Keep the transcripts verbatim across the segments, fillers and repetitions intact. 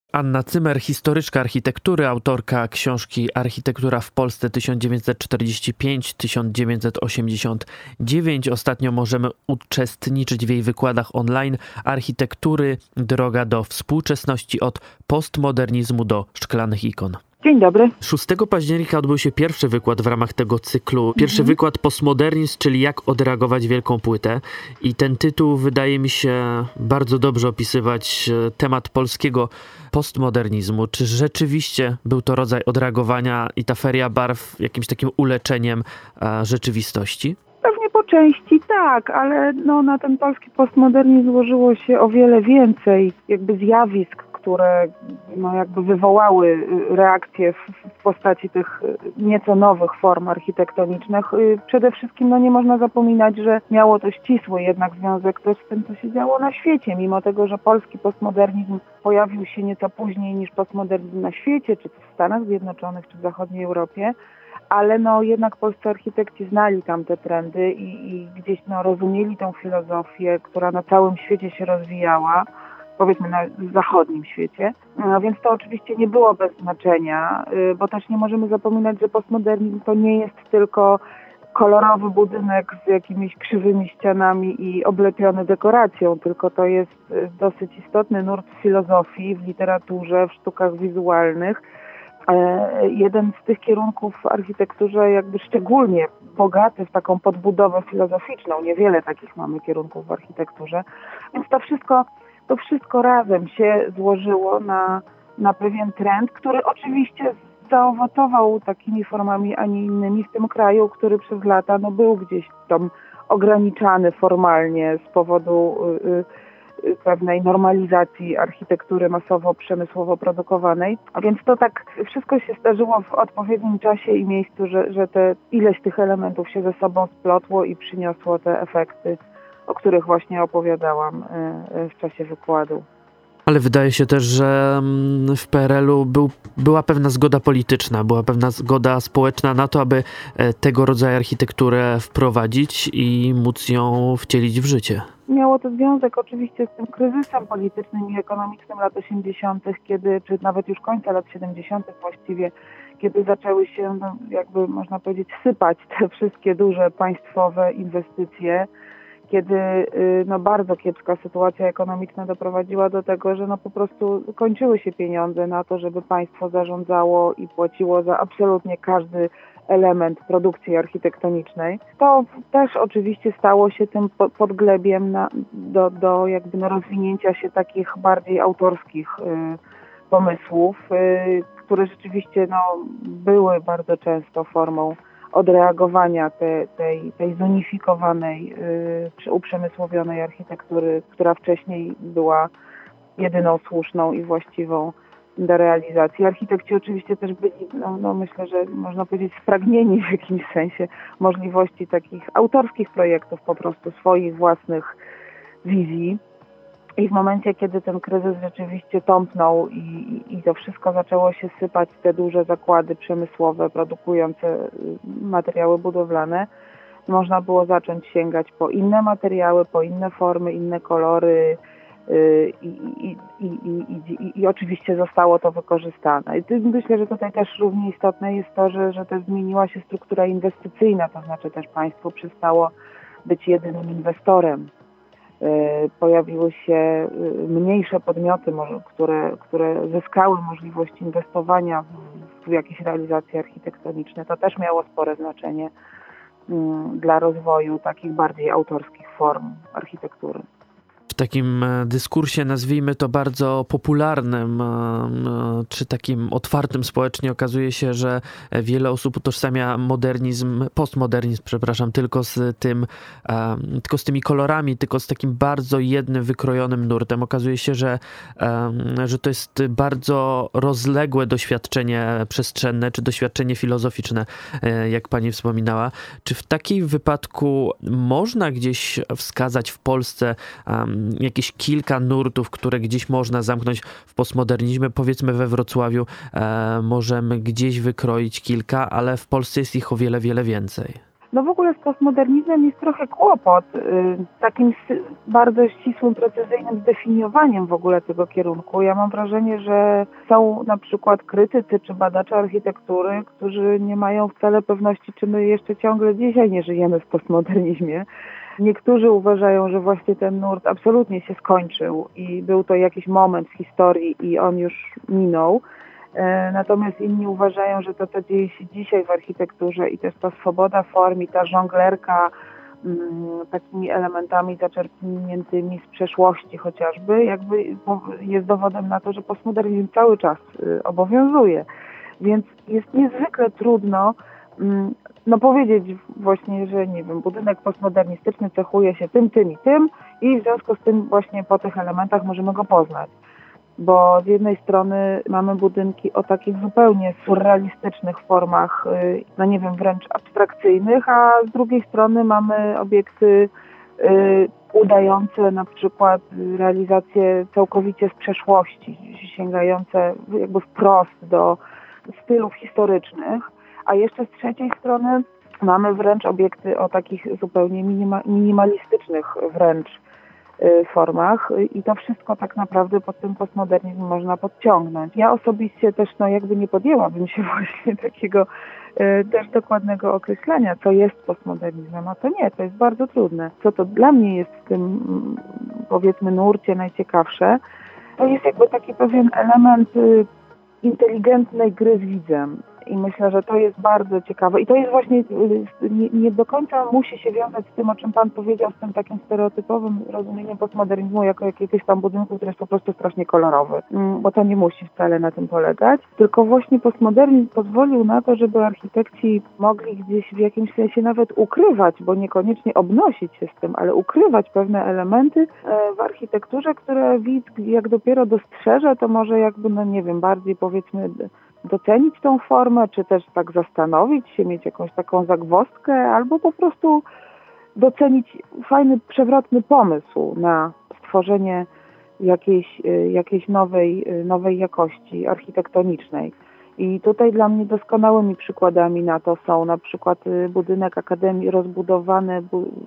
Anna Cymer, historyczka architektury, autorka książki Architektura w Polsce tysiąc dziewięćset czterdziesty piąty do tysiąc dziewięćset osiemdziesiątego dziewiątego. Ostatnio możemy uczestniczyć w jej wykładach online Architektury, droga do współczesności od postmodernizmu do szklanych ikon. Dzień dobry. szóstego października odbył się pierwszy wykład w ramach tego cyklu. Pierwszy mhm. wykład Postmodernizm, czyli jak odreagować wielką płytę. I ten tytuł wydaje mi się bardzo dobrze opisywać temat polskiego postmodernizmu. Czy rzeczywiście był to rodzaj odreagowania i ta feria barw jakimś takim uleczeniem a, rzeczywistości? Pewnie po części tak, ale no, na ten polski postmodernizm złożyło się o wiele więcej jakby zjawisk, które no, jakby wywołały reakcje w, w postaci tych nieco nowych form architektonicznych. Przede wszystkim no, nie można zapominać, że miało to ścisły jednak związek też z tym, co się działo na świecie, mimo tego, że polski postmodernizm pojawił się nieco później niż postmodernizm na świecie, czy w Stanach Zjednoczonych, czy w zachodniej Europie. Ale no jednak polscy architekci znali tam te trendy i, i gdzieś no, rozumieli tą filozofię, która na całym świecie się rozwijała, powiedzmy na zachodnim świecie. No, więc to oczywiście nie było bez znaczenia, bo też nie możemy zapominać, że postmodernizm to nie jest tylko kolorowy budynek z jakimiś krzywymi ścianami i oblepiony dekoracją, tylko to jest dosyć istotny nurt w filozofii, w literaturze, w sztukach wizualnych. Jeden z tych kierunków w architekturze jakby szczególnie bogaty w taką podbudowę filozoficzną. Niewiele takich mamy kierunków w architekturze. Więc to wszystko, to wszystko razem się złożyło na, na pewien trend, który oczywiście zaowocował takimi formami, a nie innymi w tym kraju, który przez lata no, był gdzieś tam ograniczany formalnie z powodu y, y, pewnej normalizacji architektury masowo-przemysłowo produkowanej. A więc to tak wszystko się zdarzyło w odpowiednim czasie i miejscu, że, że te ileś tych elementów się ze sobą splotło i przyniosło te efekty, o których właśnie opowiadałam w czasie wykładu. Ale wydaje się też, że w P R L u był, była pewna zgoda polityczna, była pewna zgoda społeczna na to, aby tego rodzaju architekturę wprowadzić i móc ją wcielić w życie. Miało to związek oczywiście z tym kryzysem politycznym i ekonomicznym lat osiemdziesiątych, kiedy, czy nawet już końca lat siedemdziesiątych właściwie, kiedy zaczęły się, no, jakby można powiedzieć, sypać te wszystkie duże państwowe inwestycje, kiedy no, bardzo kiepska sytuacja ekonomiczna doprowadziła do tego, że no, po prostu kończyły się pieniądze na to, żeby państwo zarządzało i płaciło za absolutnie każdy element produkcji architektonicznej. To też oczywiście stało się tym podglebiem na, do, do jakby no, rozwinięcia się takich bardziej autorskich y, pomysłów, y, które rzeczywiście no, były bardzo często formą odreagowania te, tej, tej zunifikowanej, yy, uprzemysłowionej architektury, która wcześniej była jedyną słuszną i właściwą do realizacji. Architekci oczywiście też byli, no, no myślę, że można powiedzieć spragnieni w jakimś sensie możliwości takich autorskich projektów, po prostu swoich własnych wizji. I w momencie, kiedy ten kryzys rzeczywiście tąpnął i, i, i to wszystko zaczęło się sypać, te duże zakłady przemysłowe produkujące materiały budowlane, można było zacząć sięgać po inne materiały, po inne formy, inne kolory yy, i, i, i, i, i, i oczywiście zostało to wykorzystane. I myślę, że tutaj też równie istotne jest to, że, że też zmieniła się struktura inwestycyjna, to znaczy też państwo przestało być jedynym inwestorem. Pojawiły się mniejsze podmioty, które, które zyskały możliwość inwestowania w, w jakieś realizacje architektoniczne. To też miało spore znaczenie dla rozwoju takich bardziej autorskich form architektury. W takim dyskursie, nazwijmy to bardzo popularnym, czy takim otwartym społecznie, okazuje się, że wiele osób utożsamia modernizm, postmodernizm, przepraszam, tylko z tym, tylko z tymi kolorami, tylko z takim bardzo jednym, wykrojonym nurtem. Okazuje się, że, że to jest bardzo rozległe doświadczenie przestrzenne, czy doświadczenie filozoficzne, jak pani wspominała. Czy w takim wypadku można gdzieś wskazać w Polsce jakieś kilka nurtów, które gdzieś można zamknąć w postmodernizmie? Powiedzmy we Wrocławiu e, możemy gdzieś wykroić kilka, ale w Polsce jest ich o wiele, wiele więcej. No w ogóle z postmodernizmem jest trochę kłopot, takim bardzo ścisłym, precyzyjnym zdefiniowaniem w ogóle tego kierunku. Ja mam wrażenie, że są na przykład krytycy czy badacze architektury, którzy nie mają wcale pewności, czy my jeszcze ciągle dzisiaj nie żyjemy w postmodernizmie. Niektórzy uważają, że właśnie ten nurt absolutnie się skończył i był to jakiś moment w historii i on już minął. Natomiast inni uważają, że to, co dzieje się dzisiaj w architekturze i też ta swoboda form i ta żonglerka mm, takimi elementami zaczerpniętymi z przeszłości chociażby, jakby jest dowodem na to, że postmodernizm cały czas y, obowiązuje. Więc jest niezwykle trudno mm, no powiedzieć właśnie, że nie wiem, budynek postmodernistyczny cechuje się tym, tym i tym i w związku z tym właśnie po tych elementach możemy go poznać. Bo z jednej strony mamy budynki o takich zupełnie surrealistycznych formach, no nie wiem, wręcz abstrakcyjnych, a z drugiej strony mamy obiekty y, udające na przykład realizację całkowicie z przeszłości, sięgające jakby wprost do stylów historycznych, a jeszcze z trzeciej strony mamy wręcz obiekty o takich zupełnie minima, minimalistycznych wręcz formach i to wszystko tak naprawdę pod tym postmodernizm można podciągnąć. Ja osobiście też no jakby nie podjęłabym się właśnie takiego e, też dokładnego określenia, co jest postmodernizmem, a to nie, to jest bardzo trudne. Co to dla mnie jest w tym powiedzmy nurcie najciekawsze, to jest jakby taki pewien element y, inteligentnej gry z widzem. I myślę, że to jest bardzo ciekawe. I to jest właśnie, nie, nie do końca musi się wiązać z tym, o czym Pan powiedział, z tym takim stereotypowym rozumieniem postmodernizmu jako jakiegoś tam budynku, który jest po prostu strasznie kolorowy. Bo to nie musi wcale na tym polegać. Tylko właśnie postmodernizm pozwolił na to, żeby architekci mogli gdzieś w jakimś sensie nawet ukrywać, bo niekoniecznie obnosić się z tym, ale ukrywać pewne elementy w architekturze, które widz jak dopiero dostrzeże, to może jakby, no nie wiem, bardziej powiedzmy docenić tą formę, czy też tak zastanowić się, mieć jakąś taką zagwozdkę, albo po prostu docenić fajny, przewrotny pomysł na stworzenie jakiejś, jakiejś nowej, nowej jakości architektonicznej. I tutaj dla mnie doskonałymi przykładami na to są na przykład budynek Akademii, rozbudowane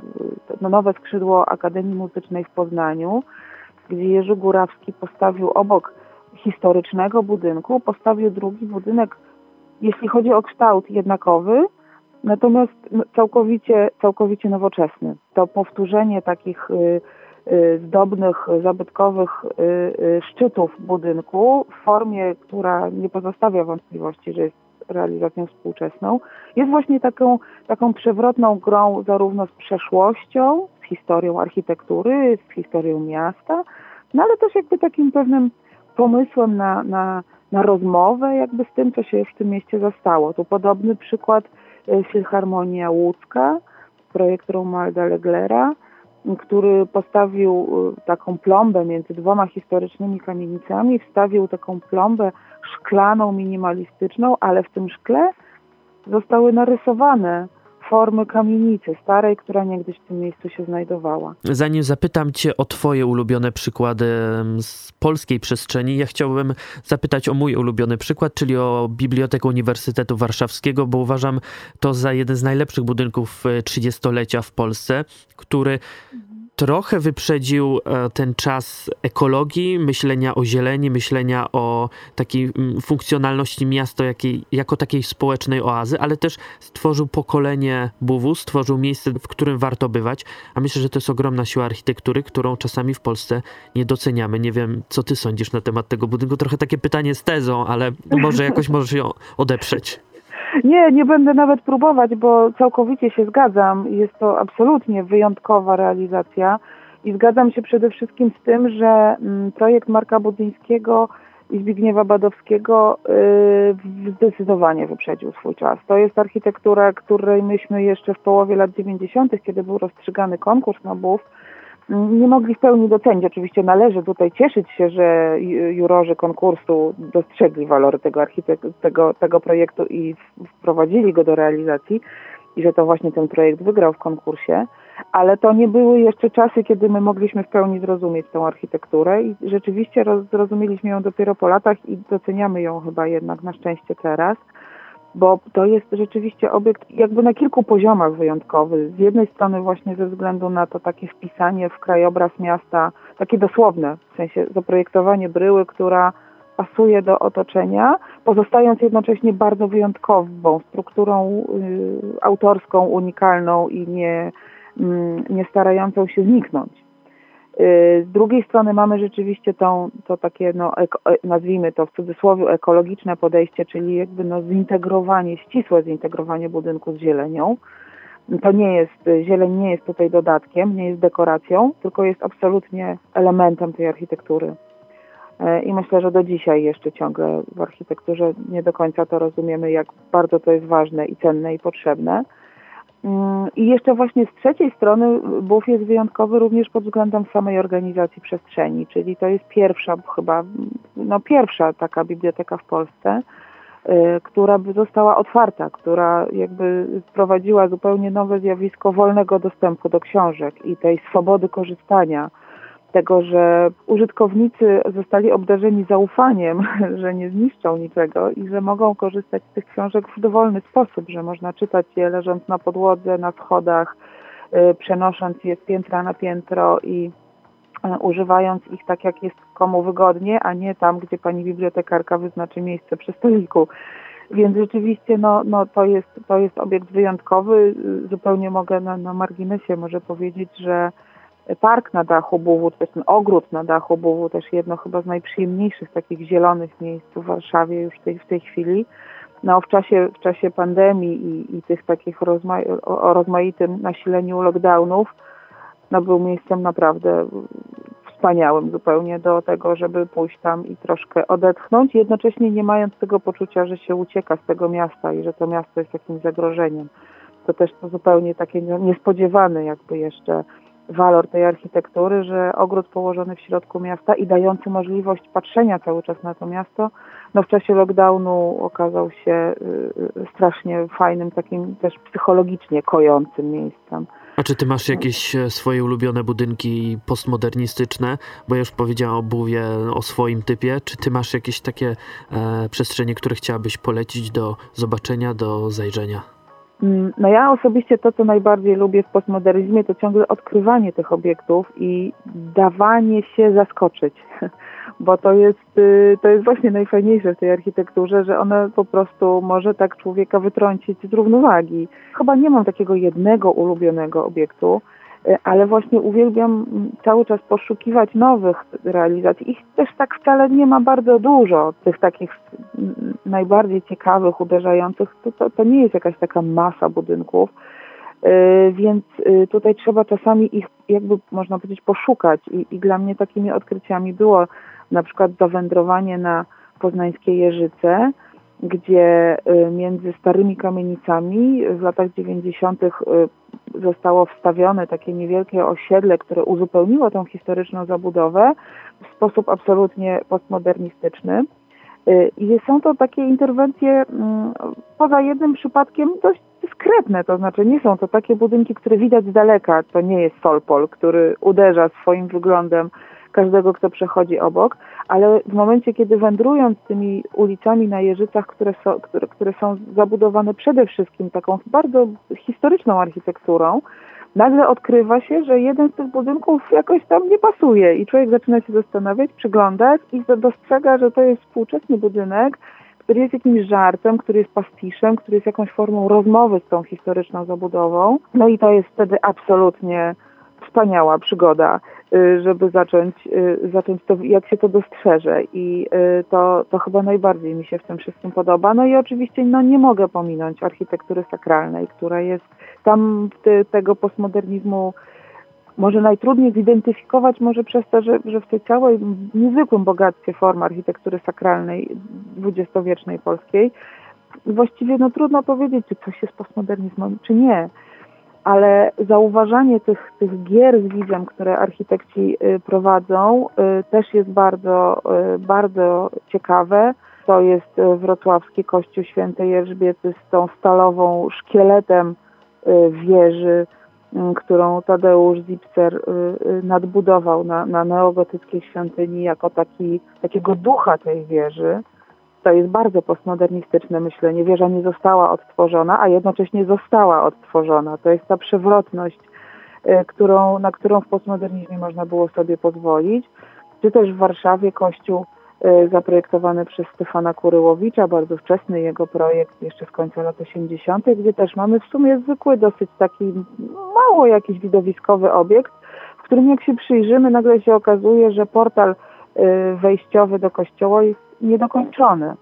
no, nowe skrzydło Akademii Muzycznej w Poznaniu, gdzie Jerzy Górawski postawił obok historycznego budynku, postawił drugi budynek, jeśli chodzi o kształt, jednakowy, natomiast całkowicie, całkowicie nowoczesny. To powtórzenie takich y, y, zdobnych, zabytkowych y, y, szczytów budynku w formie, która nie pozostawia wątpliwości, że jest realizacją współczesną, jest właśnie taką, taką przewrotną grą zarówno z przeszłością, z historią architektury, z historią miasta, no ale też jakby takim pewnym pomysłem na, na, na rozmowę jakby z tym, co się w tym mieście zastało. Tu podobny przykład Filharmonia Łódzka, projekt Romualda Leglera, który postawił taką plombę między dwoma historycznymi kamienicami, wstawił taką plombę szklaną, minimalistyczną, ale w tym szkle zostały narysowane formy kamienicy starej, która niegdyś w tym miejscu się znajdowała. Zanim zapytam Cię o Twoje ulubione przykłady z polskiej przestrzeni, ja chciałbym zapytać o mój ulubiony przykład, czyli o Bibliotekę Uniwersytetu Warszawskiego, bo uważam to za jeden z najlepszych budynków trzydziestolecia w Polsce, który trochę wyprzedził ten czas ekologii, myślenia o zieleni, myślenia o takiej funkcjonalności miasta jakiej, jako takiej społecznej oazy, ale też stworzył pokolenie B U W-u, stworzył miejsce, w którym warto bywać, a myślę, że to jest ogromna siła architektury, którą czasami w Polsce nie doceniamy. Nie wiem, co ty sądzisz na temat tego budynku? Trochę takie pytanie z tezą, ale może jakoś możesz ją odeprzeć. Nie, nie będę nawet próbować, bo całkowicie się zgadzam. Jest to absolutnie wyjątkowa realizacja i zgadzam się przede wszystkim z tym, że projekt Marka Budzyńskiego i Zbigniewa Badowskiego yy, zdecydowanie wyprzedził swój czas. To jest architektura, której myśmy jeszcze w połowie lat dziewięćdziesiątych, kiedy był rozstrzygany konkurs na B U W, nie mogli w pełni docenić. Oczywiście należy tutaj cieszyć się, że jurorzy konkursu dostrzegli walory tego, architek- tego, tego projektu i wprowadzili go do realizacji i że to właśnie ten projekt wygrał w konkursie, ale to nie były jeszcze czasy, kiedy my mogliśmy w pełni zrozumieć tę architekturę i rzeczywiście roz- zrozumieliśmy ją dopiero po latach i doceniamy ją chyba jednak na szczęście teraz. bo to jest rzeczywiście obiekt jakby na kilku poziomach wyjątkowy. Z jednej strony właśnie ze względu na to takie wpisanie w krajobraz miasta, takie dosłowne, w sensie zaprojektowanie bryły, która pasuje do otoczenia, pozostając jednocześnie bardzo wyjątkową strukturą y, autorską, unikalną i nie, y, nie starającą się zniknąć. Y, z drugiej strony mamy rzeczywiście tą, to takie, no, eko, nazwijmy to w cudzysłowie ekologiczne podejście, czyli jakby no, zintegrowanie, ścisłe zintegrowanie budynku z zielenią. To nie jest, zieleń nie jest tutaj dodatkiem, nie jest dekoracją, tylko jest absolutnie elementem tej architektury. I myślę, że do dzisiaj jeszcze ciągle w architekturze nie do końca to rozumiemy, jak bardzo to jest ważne i cenne i potrzebne. I jeszcze właśnie z trzeciej strony B U F jest wyjątkowy również pod względem samej organizacji przestrzeni, czyli to jest pierwsza chyba, no pierwsza taka biblioteka w Polsce, która by została otwarta, która jakby wprowadziła zupełnie nowe zjawisko wolnego dostępu do książek i tej swobody korzystania, tego, że użytkownicy zostali obdarzeni zaufaniem, że nie zniszczą niczego i że mogą korzystać z tych książek w dowolny sposób, że można czytać je leżąc na podłodze, na schodach, yy, przenosząc je z piętra na piętro i yy, używając ich tak, jak jest komu wygodnie, a nie tam, gdzie pani bibliotekarka wyznaczy miejsce przy stoliku. Więc rzeczywiście no, no, to jest, to jest obiekt wyjątkowy. Zupełnie mogę na, na marginesie może powiedzieć, że park na dachu B U W-u, to jest ten ogród na dachu B U W-u, też jedno chyba z najprzyjemniejszych takich zielonych miejsc w Warszawie już w tej, w tej chwili. No w czasie, w czasie pandemii i, i tych takich rozma- o, o rozmaitym nasileniu lockdownów, no był miejscem naprawdę wspaniałym zupełnie do tego, żeby pójść tam i troszkę odetchnąć, jednocześnie nie mając tego poczucia, że się ucieka z tego miasta i że to miasto jest jakimś zagrożeniem. To też to zupełnie takie niespodziewane jakby jeszcze walor tej architektury, że ogród położony w środku miasta i dający możliwość patrzenia cały czas na to miasto, no w czasie lockdownu okazał się y, strasznie fajnym, takim też psychologicznie kojącym miejscem. A czy ty masz jakieś swoje ulubione budynki postmodernistyczne? Bo ja już powiedziałam o B U W-ie, o swoim typie. Czy ty masz jakieś takie e, przestrzenie, które chciałabyś polecić do zobaczenia, do zajrzenia? No ja osobiście to, co najbardziej lubię w postmodernizmie, to ciągle odkrywanie tych obiektów i dawanie się zaskoczyć, bo to jest, to jest właśnie najfajniejsze w tej architekturze, że ona po prostu może tak człowieka wytrącić z równowagi. Chyba nie mam takiego jednego ulubionego obiektu, ale właśnie uwielbiam cały czas poszukiwać nowych realizacji. Ich też tak wcale nie ma bardzo dużo, tych takich najbardziej ciekawych, uderzających. To, to, to nie jest jakaś taka masa budynków, yy, więc yy, tutaj trzeba czasami ich, jakby można powiedzieć, poszukać. I, i dla mnie takimi odkryciami było na przykład zawędrowanie na poznańskie Jeżyce, gdzie yy, między starymi kamienicami w latach dziewięćdziesiątych yy, zostało wstawione takie niewielkie osiedle, które uzupełniło tą historyczną zabudowę w sposób absolutnie postmodernistyczny. I są to takie interwencje poza jednym przypadkiem dość dyskretne, to znaczy nie są to takie budynki, które widać z daleka, to nie jest Solpol, który uderza swoim wyglądem każdego, kto przechodzi obok, ale w momencie, kiedy wędrując tymi ulicami na Jeżycach, które są, które, które są zabudowane przede wszystkim taką bardzo historyczną architekturą, nagle odkrywa się, że jeden z tych budynków jakoś tam nie pasuje i człowiek zaczyna się zastanawiać, przyglądać i dostrzega, że to jest współczesny budynek, który jest jakimś żartem, który jest pastiszem, który jest jakąś formą rozmowy z tą historyczną zabudową. No i to jest wtedy absolutnie wspaniała przygoda, żeby zacząć, zacząć to, jak się to dostrzeże i to, to chyba najbardziej mi się w tym wszystkim podoba. No i oczywiście no, nie mogę pominąć architektury sakralnej, która jest tam te, tego postmodernizmu może najtrudniej zidentyfikować, może przez to, że, że w tej całej niezwykłym bogactwie form architektury sakralnej dwudziestowiecznej polskiej właściwie no, trudno powiedzieć, czy coś jest postmodernizmem, czy nie. Ale zauważanie tych, tych gier z widzem, które architekci y, prowadzą, y, też jest bardzo, y, bardzo ciekawe. To jest y, wrocławski kościół świętej Elżbiety z tą stalową szkieletem y, wieży, y, którą Tadeusz Zipser y, y, nadbudował na, na neogotyckiej świątyni jako taki, takiego ducha tej wieży. To jest bardzo postmodernistyczne myślenie. Wieża nie została odtworzona, a jednocześnie została odtworzona. To jest ta przewrotność, y, którą, na którą w postmodernizmie można było sobie pozwolić. Czy też w Warszawie kościół y, zaprojektowany przez Stefana Kuryłowicza, bardzo wczesny jego projekt, jeszcze z końca lat osiemdziesiątych, gdzie też mamy w sumie zwykły, dosyć taki mało jakiś widowiskowy obiekt, w którym jak się przyjrzymy, nagle się okazuje, że portal y, wejściowy do kościoła jest niedokończony.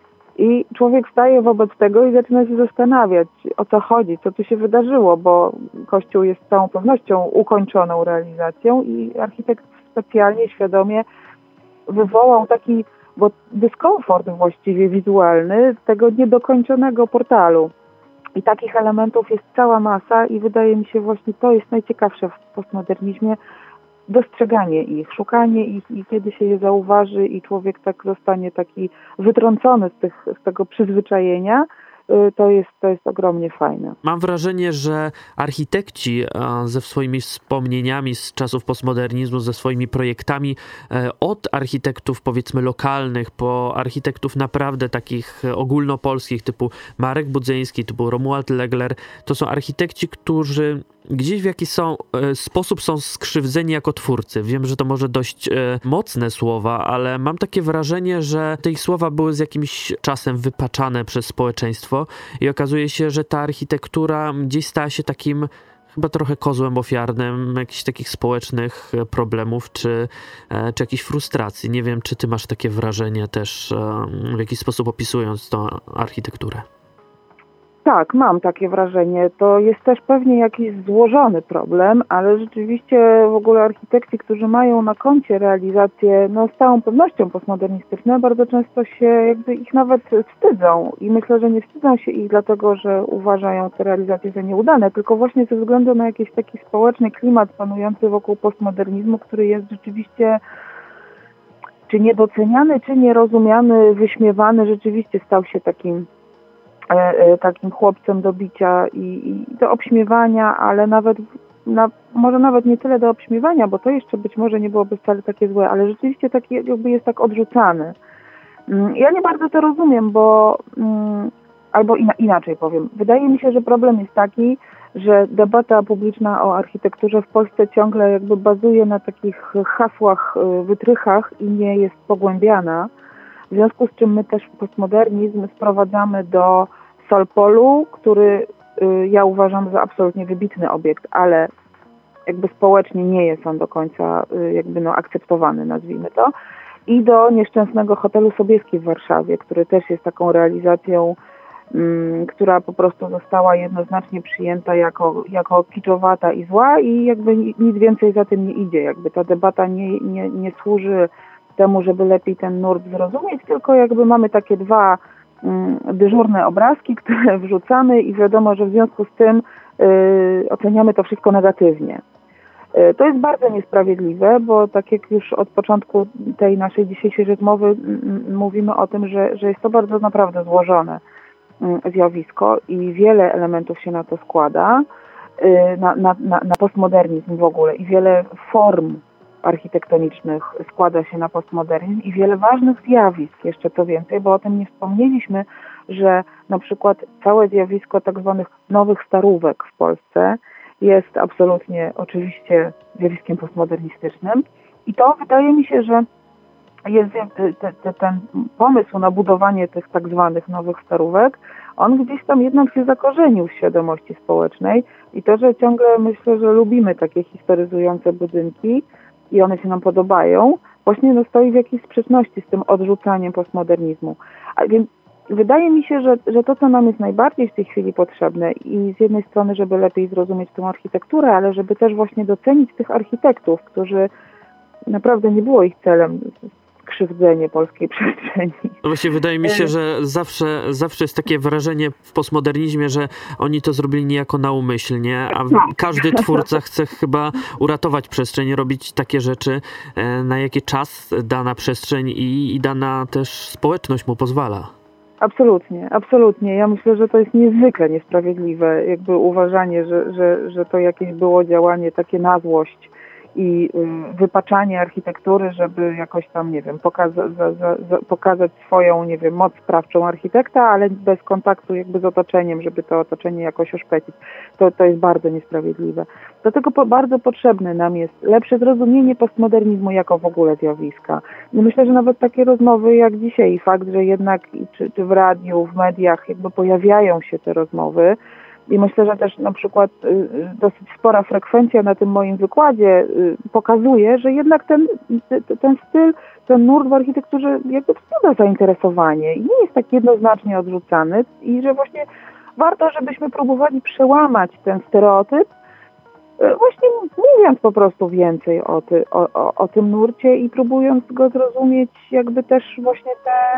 I człowiek staje wobec tego i zaczyna się zastanawiać, o co chodzi, co tu się wydarzyło, bo kościół jest z całą pewnością ukończoną realizacją i architekt specjalnie, świadomie wywołał taki bo dyskomfort właściwie wizualny tego niedokończonego portalu. I takich elementów jest cała masa i wydaje mi się właśnie to jest najciekawsze w postmodernizmie, dostrzeganie ich, szukanie ich i kiedy się je zauważy i człowiek tak zostanie taki wytrącony z, tych, z tego przyzwyczajenia, to jest, to jest ogromnie fajne. Mam wrażenie, że architekci ze swoimi wspomnieniami z czasów postmodernizmu, ze swoimi projektami, od architektów powiedzmy lokalnych, po architektów naprawdę takich ogólnopolskich typu Marek Budzyński, typu Romuald Legler, to są architekci, którzy gdzieś w jakiś są, e, sposób są skrzywdzeni jako twórcy. Wiem, że to może dość e, mocne słowa, ale mam takie wrażenie, że te ich słowa były z jakimś czasem wypaczane przez społeczeństwo i okazuje się, że ta architektura gdzieś stała się takim chyba trochę kozłem ofiarnym jakichś takich społecznych problemów czy, e, czy jakichś frustracji. Nie wiem, czy ty masz takie wrażenie też e, w jakiś sposób opisując tą architekturę. Tak, mam takie wrażenie. To jest też pewnie jakiś złożony problem, ale rzeczywiście w ogóle architekci, którzy mają na koncie realizacje no, z całą pewnością postmodernistyczne, bardzo często się jakby ich nawet wstydzą. I myślę, że nie wstydzą się ich dlatego, że uważają te realizacje za nieudane, tylko właśnie ze względu na jakiś taki społeczny klimat panujący wokół postmodernizmu, który jest rzeczywiście czy niedoceniany, czy nierozumiany, wyśmiewany, rzeczywiście stał się takim takim chłopcem do bicia i, i do obśmiewania, ale nawet, na, może nawet nie tyle do obśmiewania, bo to jeszcze być może nie byłoby wcale takie złe, ale rzeczywiście taki jakby jest tak odrzucany. Ja nie bardzo to rozumiem, bo albo ina, inaczej powiem. Wydaje mi się, że problem jest taki, że debata publiczna o architekturze w Polsce ciągle jakby bazuje na takich hasłach, wytrychach i nie jest pogłębiana. W związku z czym my też postmodernizm sprowadzamy do Solpolu, który y, ja uważam za absolutnie wybitny obiekt, ale jakby społecznie nie jest on do końca y, jakby no akceptowany, nazwijmy to. I do nieszczęsnego hotelu Sobieski w Warszawie, który też jest taką realizacją, y, która po prostu została jednoznacznie przyjęta jako, jako kiczowata i zła i jakby nic więcej za tym nie idzie. Jakby ta debata nie, nie, nie służy temu, żeby lepiej ten nurt zrozumieć, tylko jakby mamy takie dwa mm, dyżurne obrazki, które wrzucamy i wiadomo, że w związku z tym y, oceniamy to wszystko negatywnie. Y, to jest bardzo niesprawiedliwe, bo tak jak już od początku tej naszej dzisiejszej rozmowy y, mówimy o tym, że, że jest to bardzo naprawdę złożone y, zjawisko i wiele elementów się na to składa, y, na, na, na, na postmodernizm w ogóle i wiele form architektonicznych składa się na postmodernizm i wiele ważnych zjawisk, jeszcze to więcej, bo o tym nie wspomnieliśmy, że na przykład całe zjawisko tak zwanych nowych starówek w Polsce jest absolutnie oczywiście zjawiskiem postmodernistycznym i to wydaje mi się, że jest te, te, ten pomysł na budowanie tych tak zwanych nowych starówek, on gdzieś tam jednak się zakorzenił w świadomości społecznej i to, że ciągle myślę, że lubimy takie historyzujące budynki, i one się nam podobają, właśnie no stoi w jakiejś sprzeczności z tym odrzucaniem postmodernizmu. A więc wydaje mi się, że, że to, co nam jest najbardziej w tej chwili potrzebne i z jednej strony, żeby lepiej zrozumieć tę architekturę, ale żeby też właśnie docenić tych architektów, którzy naprawdę nie było ich celem krzywdzenie polskiej przestrzeni. No właśnie wydaje mi się, że zawsze, zawsze jest takie wrażenie w postmodernizmie, że oni to zrobili niejako naumyślnie, a każdy twórca chce chyba uratować przestrzeń, robić takie rzeczy, na jakie czas dana przestrzeń i, i dana też społeczność mu pozwala. Absolutnie, absolutnie. Ja myślę, że to jest niezwykle niesprawiedliwe, jakby uważanie, że, że, że to jakieś było działanie takie na złość i wypaczanie architektury, żeby jakoś tam, nie wiem, pokaza- za, za, za, pokazać swoją, nie wiem, moc sprawczą architekta, ale bez kontaktu jakby z otoczeniem, żeby to otoczenie jakoś oszpecić. To, to jest bardzo niesprawiedliwe. Dlatego po, bardzo potrzebne nam jest lepsze zrozumienie postmodernizmu jako w ogóle zjawiska. I myślę, że nawet takie rozmowy jak dzisiaj, fakt, że jednak czy, czy w radiu, w mediach jakby pojawiają się te rozmowy, i myślę, że też na przykład y, dosyć spora frekwencja na tym moim wykładzie y, pokazuje, że jednak ten, t, ten styl, ten nurt w architekturze jakby wzbudza zainteresowanie i nie jest tak jednoznacznie odrzucany i że właśnie warto, żebyśmy próbowali przełamać ten stereotyp, y, właśnie mówiąc po prostu więcej o, ty, o, o, o tym nurcie i próbując go zrozumieć jakby też właśnie te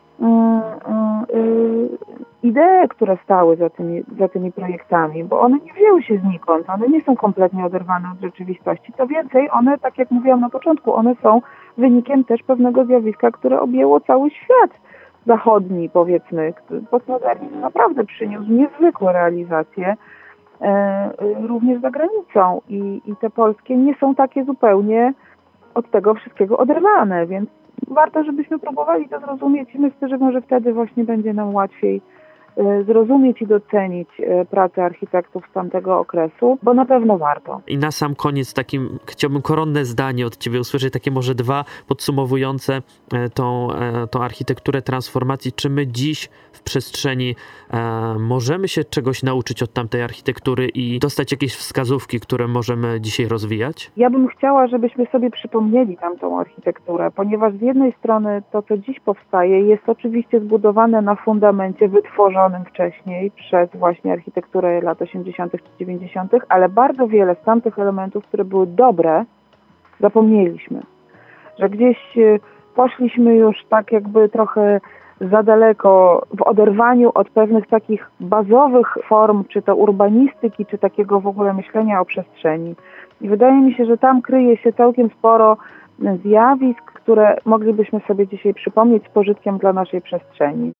idee, które stały za tymi, za tymi projektami, bo one nie wzięły się znikąd, one nie są kompletnie oderwane od rzeczywistości. Co więcej, one, tak jak mówiłam na początku, one są wynikiem też pewnego zjawiska, które objęło cały świat zachodni, powiedzmy. Postmodernizm naprawdę przyniósł niezwykłe realizacje e, również za granicą i, i te polskie nie są takie zupełnie od tego wszystkiego oderwane, więc warto, żebyśmy próbowali to zrozumieć i myślę, że może wtedy właśnie będzie nam łatwiej zrozumieć i docenić pracę architektów z tamtego okresu, bo na pewno warto. I na sam koniec takim chciałbym koronne zdanie od ciebie usłyszeć, takie może dwa podsumowujące tą, tą architekturę transformacji. Czy my dziś w przestrzeni e, możemy się czegoś nauczyć od tamtej architektury i dostać jakieś wskazówki, które możemy dzisiaj rozwijać? Ja bym chciała, żebyśmy sobie przypomnieli tamtą architekturę, ponieważ z jednej strony to, co dziś powstaje, jest oczywiście zbudowane na fundamencie wytworzonym wcześniej przez właśnie architekturę lat osiemdziesiątych czy dziewięćdziesiątych, ale bardzo wiele z tamtych elementów, które były dobre, zapomnieliśmy. Że gdzieś poszliśmy już tak jakby trochę za daleko w oderwaniu od pewnych takich bazowych form, czy to urbanistyki, czy takiego w ogóle myślenia o przestrzeni. I wydaje mi się, że tam kryje się całkiem sporo zjawisk, które moglibyśmy sobie dzisiaj przypomnieć z pożytkiem dla naszej przestrzeni.